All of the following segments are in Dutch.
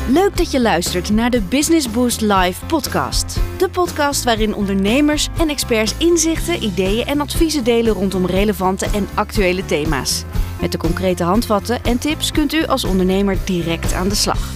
Leuk dat je luistert naar de Business Boost Live podcast. De podcast waarin ondernemers en experts inzichten, ideeën en adviezen delen rondom relevante en actuele thema's. Met de concrete handvatten en tips kunt u als ondernemer direct aan de slag.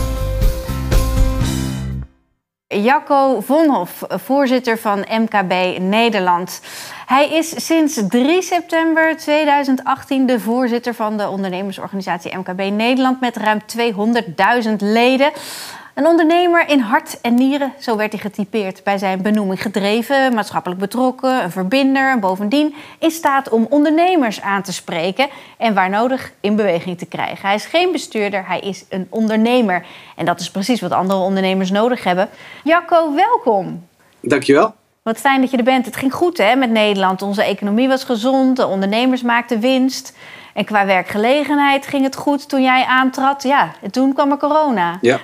Jacco Vonhoff, voorzitter van MKB Nederland. Hij is sinds 3 september 2018 de voorzitter van de ondernemersorganisatie MKB Nederland met ruim 200.000 leden. Een ondernemer in hart en nieren, zo werd hij getypeerd bij zijn benoeming. Gedreven, maatschappelijk betrokken, een verbinder en bovendien in staat om ondernemers aan te spreken en waar nodig in beweging te krijgen. Hij is geen bestuurder, hij is een ondernemer. En dat is precies wat andere ondernemers nodig hebben. Jacco, welkom. Dankjewel. Wat fijn dat je er bent. Het ging goed hè, met Nederland. Onze economie was gezond, de ondernemers maakten winst. En qua werkgelegenheid ging het goed toen jij aantrad. Ja, en toen kwam er corona. Ja.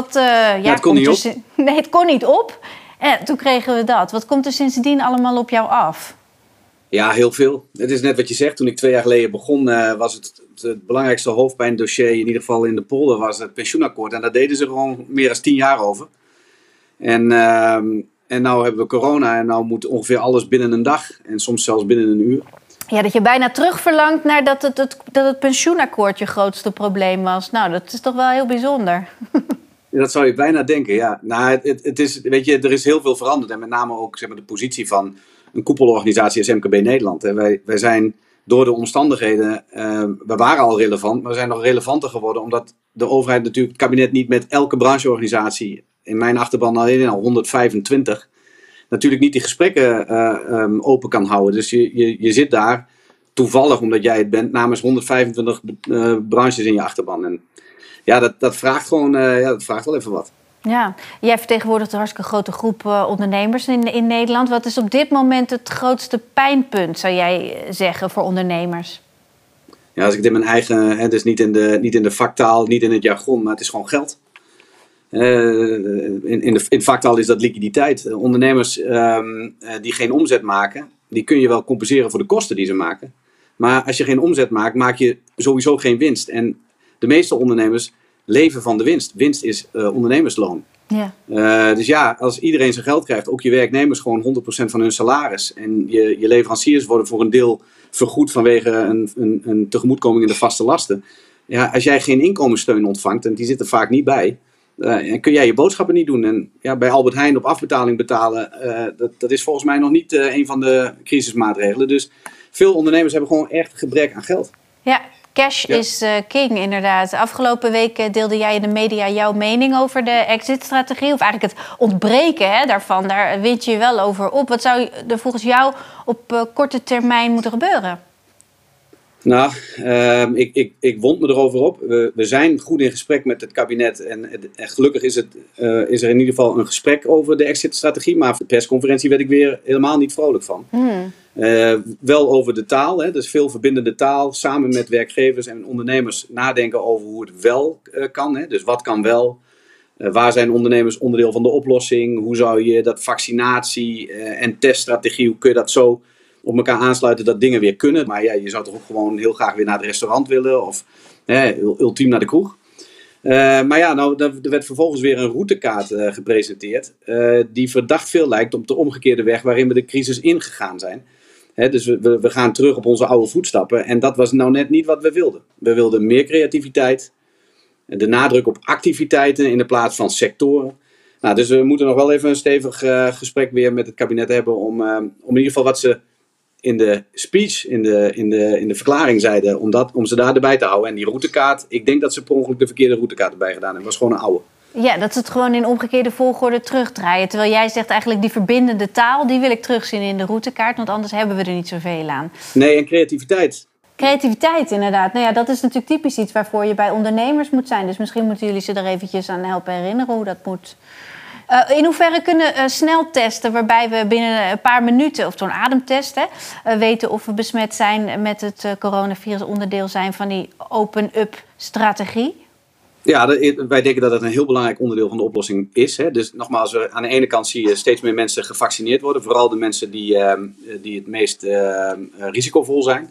Het kon niet op. Nee, het kon niet op. En toen kregen we dat. Wat komt er sindsdien allemaal op jou af? Ja, heel veel. Het is net wat je zegt. Toen ik 2 jaar geleden begon, was het belangrijkste hoofdpijndossier, in ieder geval in de polder, was het pensioenakkoord. En daar deden ze gewoon meer dan 10 jaar over. En nou hebben we corona en nou moet ongeveer alles binnen een dag. En soms zelfs binnen een uur. Ja, dat je bijna terugverlangt naar dat het pensioenakkoord je grootste probleem was. Nou, dat is toch wel heel bijzonder. Ja, dat zou je bijna denken, ja. Nou, het is, weet je, er is heel veel veranderd. En met name ook zeg maar, de positie van een koepelorganisatie als MKB Nederland. Wij zijn door de omstandigheden, we waren al relevant, maar we zijn nog relevanter geworden. Omdat de overheid natuurlijk, het kabinet niet met elke brancheorganisatie, in mijn achterban alleen al 125... natuurlijk niet die gesprekken open kan houden. Dus je zit daar toevallig, omdat jij het bent, namens 125 branches in je achterban. En ja, dat vraagt gewoon dat vraagt wel even wat. Ja, jij vertegenwoordigt een hartstikke grote groep ondernemers in Nederland. Wat is op dit moment het grootste pijnpunt, zou jij zeggen, voor ondernemers? Ja, als ik dit mijn eigen, het is niet in de vaktaal, niet in het jargon, maar het is gewoon geld. In vaktaal is dat liquiditeit. Ondernemers die geen omzet maken, die kun je wel compenseren voor de kosten die ze maken. Maar als je geen omzet maakt, maak je sowieso geen winst. En de meeste ondernemers leven van de winst. Winst is ondernemersloon. Ja. Dus ja, als iedereen zijn geld krijgt, ook je werknemers gewoon 100% van hun salaris. En je leveranciers worden voor een deel vergoed vanwege een tegemoetkoming in de vaste lasten. Ja, als jij geen inkomenssteun ontvangt, en die zit er vaak niet bij, kun jij je boodschappen niet doen. En ja, bij Albert Heijn op afbetaling betalen, dat is volgens mij nog niet een van de crisismaatregelen. Dus veel ondernemers hebben gewoon echt gebrek aan geld. Ja, cash is king inderdaad. Afgelopen week deelde jij in de media jouw mening over de exit-strategie. Of eigenlijk het ontbreken daarvan. Daar wint je wel over op. Wat zou er volgens jou op korte termijn moeten gebeuren? Nou, ik wond me erover op. We zijn goed in gesprek met het kabinet. En gelukkig is er in ieder geval een gesprek over de exit-strategie. Maar op de persconferentie werd ik weer helemaal niet vrolijk van. Wel over de taal. Dus veel verbindende taal. Samen met werkgevers en ondernemers nadenken over hoe het wel kan. Dus wat kan wel? Waar zijn ondernemers onderdeel van de oplossing? Hoe zou je dat vaccinatie en teststrategie, hoe kun je dat zo op elkaar aansluiten dat dingen weer kunnen? Maar ja, je zou toch ook gewoon heel graag weer naar het restaurant willen of ultiem naar de kroeg. Maar ja, nou, er werd vervolgens weer een routekaart gepresenteerd die verdacht veel lijkt op de omgekeerde weg waarin we de crisis ingegaan zijn. Dus we gaan terug op onze oude voetstappen en dat was nou net niet wat we wilden. We wilden meer creativiteit, de nadruk op activiteiten in de plaats van sectoren. Nou, dus we moeten nog wel even een stevig gesprek weer met het kabinet hebben om in ieder geval wat ze in de speech, in de verklaring zeiden, om ze daar erbij te houden. En die routekaart, ik denk dat ze per ongeluk de verkeerde routekaart erbij gedaan hebben. Het was gewoon een oude. Ja, dat ze het gewoon in omgekeerde volgorde terugdraaien. Terwijl jij zegt eigenlijk die verbindende taal, die wil ik terugzien in de routekaart, want anders hebben we er niet zoveel aan. Nee, en creativiteit. Creativiteit, inderdaad. Nou ja, dat is natuurlijk typisch iets waarvoor je bij ondernemers moet zijn. Dus misschien moeten jullie ze er eventjes aan helpen herinneren hoe dat moet. In hoeverre kunnen sneltesten waarbij we binnen een paar minuten, of zo'n ademtest, weten of we besmet zijn met het coronavirus, onderdeel zijn van die open-up strategie? Ja, wij denken dat het een heel belangrijk onderdeel van de oplossing is. Dus nogmaals, aan de ene kant zie je steeds meer mensen gevaccineerd worden. Vooral de mensen die het meest risicovol zijn.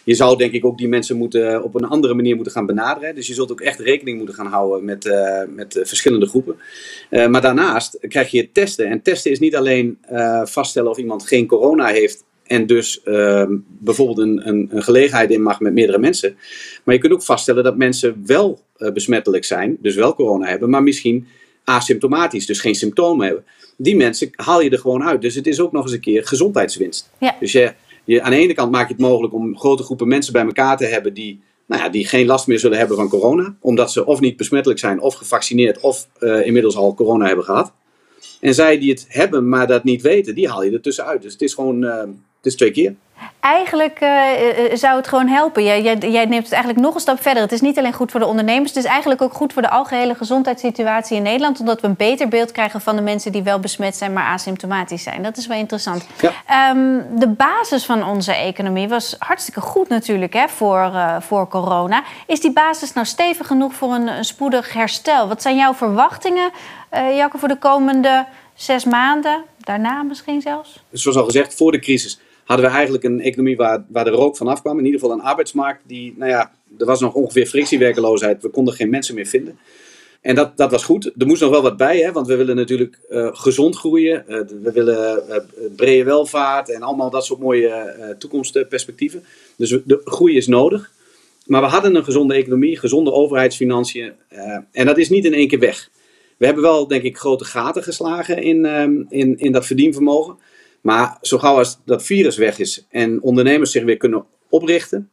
Je zou denk ik ook die mensen op een andere manier moeten gaan benaderen. Dus je zult ook echt rekening moeten gaan houden met verschillende groepen. Maar daarnaast krijg je testen. En testen is niet alleen vaststellen of iemand geen corona heeft en dus bijvoorbeeld een gelegenheid in mag met meerdere mensen. Maar je kunt ook vaststellen dat mensen wel besmettelijk zijn, dus wel corona hebben, maar misschien asymptomatisch, dus geen symptomen hebben. Die mensen haal je er gewoon uit. Dus het is ook nog eens een keer gezondheidswinst. Ja. Dus aan de ene kant maak je het mogelijk om grote groepen mensen bij elkaar te hebben die geen last meer zullen hebben van corona. Omdat ze of niet besmettelijk zijn, of gevaccineerd, of inmiddels al corona hebben gehad. En zij die het hebben, maar dat niet weten, die haal je er tussenuit. Dus het is gewoon, het is 2 keer. Eigenlijk zou het gewoon helpen. Jij neemt het eigenlijk nog een stap verder. Het is niet alleen goed voor de ondernemers. Het is eigenlijk ook goed voor de algehele gezondheidssituatie in Nederland. Omdat we een beter beeld krijgen van de mensen die wel besmet zijn, maar asymptomatisch zijn. Dat is wel interessant. Ja. De basis van onze economie was hartstikke goed natuurlijk voor corona. Is die basis nou stevig genoeg voor een spoedig herstel? Wat zijn jouw verwachtingen, Jacco, voor de komende 6 maanden? Daarna misschien zelfs? Zoals al gezegd, voor de crisis hadden we eigenlijk een economie waar de rook vanaf kwam. In ieder geval een arbeidsmarkt die, er was nog ongeveer frictiewerkeloosheid. We konden geen mensen meer vinden. En dat was goed. Er moest nog wel wat bij, want we willen natuurlijk gezond groeien. We willen brede welvaart en allemaal dat soort mooie toekomstperspectieven. Dus de groei is nodig. Maar we hadden een gezonde economie, gezonde overheidsfinanciën. En dat is niet in één keer weg. We hebben wel, denk ik, grote gaten geslagen in dat verdienvermogen. Maar zo gauw als dat virus weg is en ondernemers zich weer kunnen oprichten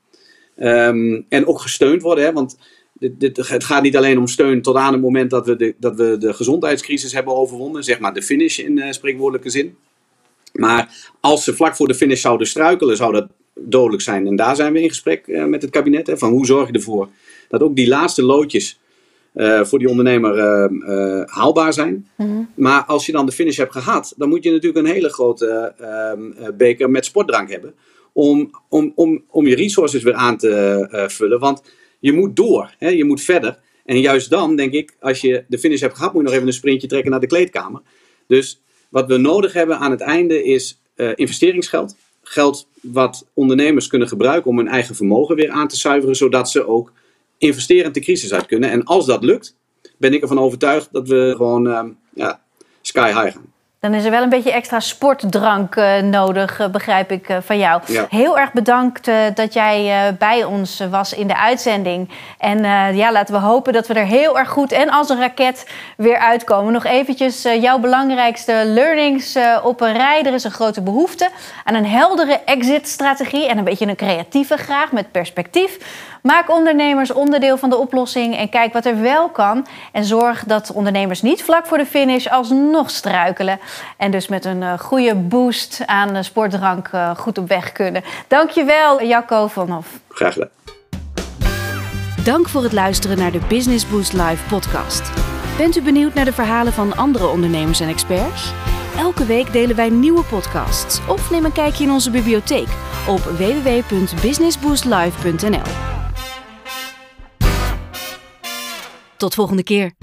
en ook gesteund worden, want het gaat niet alleen om steun tot aan het moment dat we de gezondheidscrisis hebben overwonnen, zeg maar de finish in spreekwoordelijke zin. Maar als ze vlak voor de finish zouden struikelen, zou dat dodelijk zijn. En daar zijn we in gesprek met het kabinet, van hoe zorg je ervoor dat ook die laatste loodjes voor die ondernemer haalbaar zijn. Mm-hmm. Maar als je dan de finish hebt gehad, dan moet je natuurlijk een hele grote beker met sportdrank hebben om je resources weer aan te vullen. Want je moet door, je moet verder. En juist dan, denk ik, als je de finish hebt gehad, moet je nog even een sprintje trekken naar de kleedkamer. Dus wat we nodig hebben aan het einde is investeringsgeld. Geld wat ondernemers kunnen gebruiken om hun eigen vermogen weer aan te zuiveren, zodat ze ook investerend de crisis uit kunnen. En als dat lukt, ben ik ervan overtuigd dat we gewoon sky high gaan. Dan is er wel een beetje extra sportdrank nodig, begrijp ik van jou. Ja. Heel erg bedankt dat jij bij ons was in de uitzending. En laten we hopen dat we er heel erg goed en als een raket weer uitkomen. Nog eventjes jouw belangrijkste learnings op een rij. Er is een grote behoefte aan een heldere exit-strategie en een beetje een creatieve graag met perspectief. Maak ondernemers onderdeel van de oplossing en kijk wat er wel kan. En zorg dat ondernemers niet vlak voor de finish alsnog struikelen. En dus met een goede boost aan sportdrank goed op weg kunnen. Dankjewel, Jacco Vonhoff. Graag gedaan. Dank voor het luisteren naar de Business Boost Live podcast. Bent u benieuwd naar de verhalen van andere ondernemers en experts? Elke week delen wij nieuwe podcasts. Of neem een kijkje in onze bibliotheek op www.businessboostlive.nl. Tot volgende keer.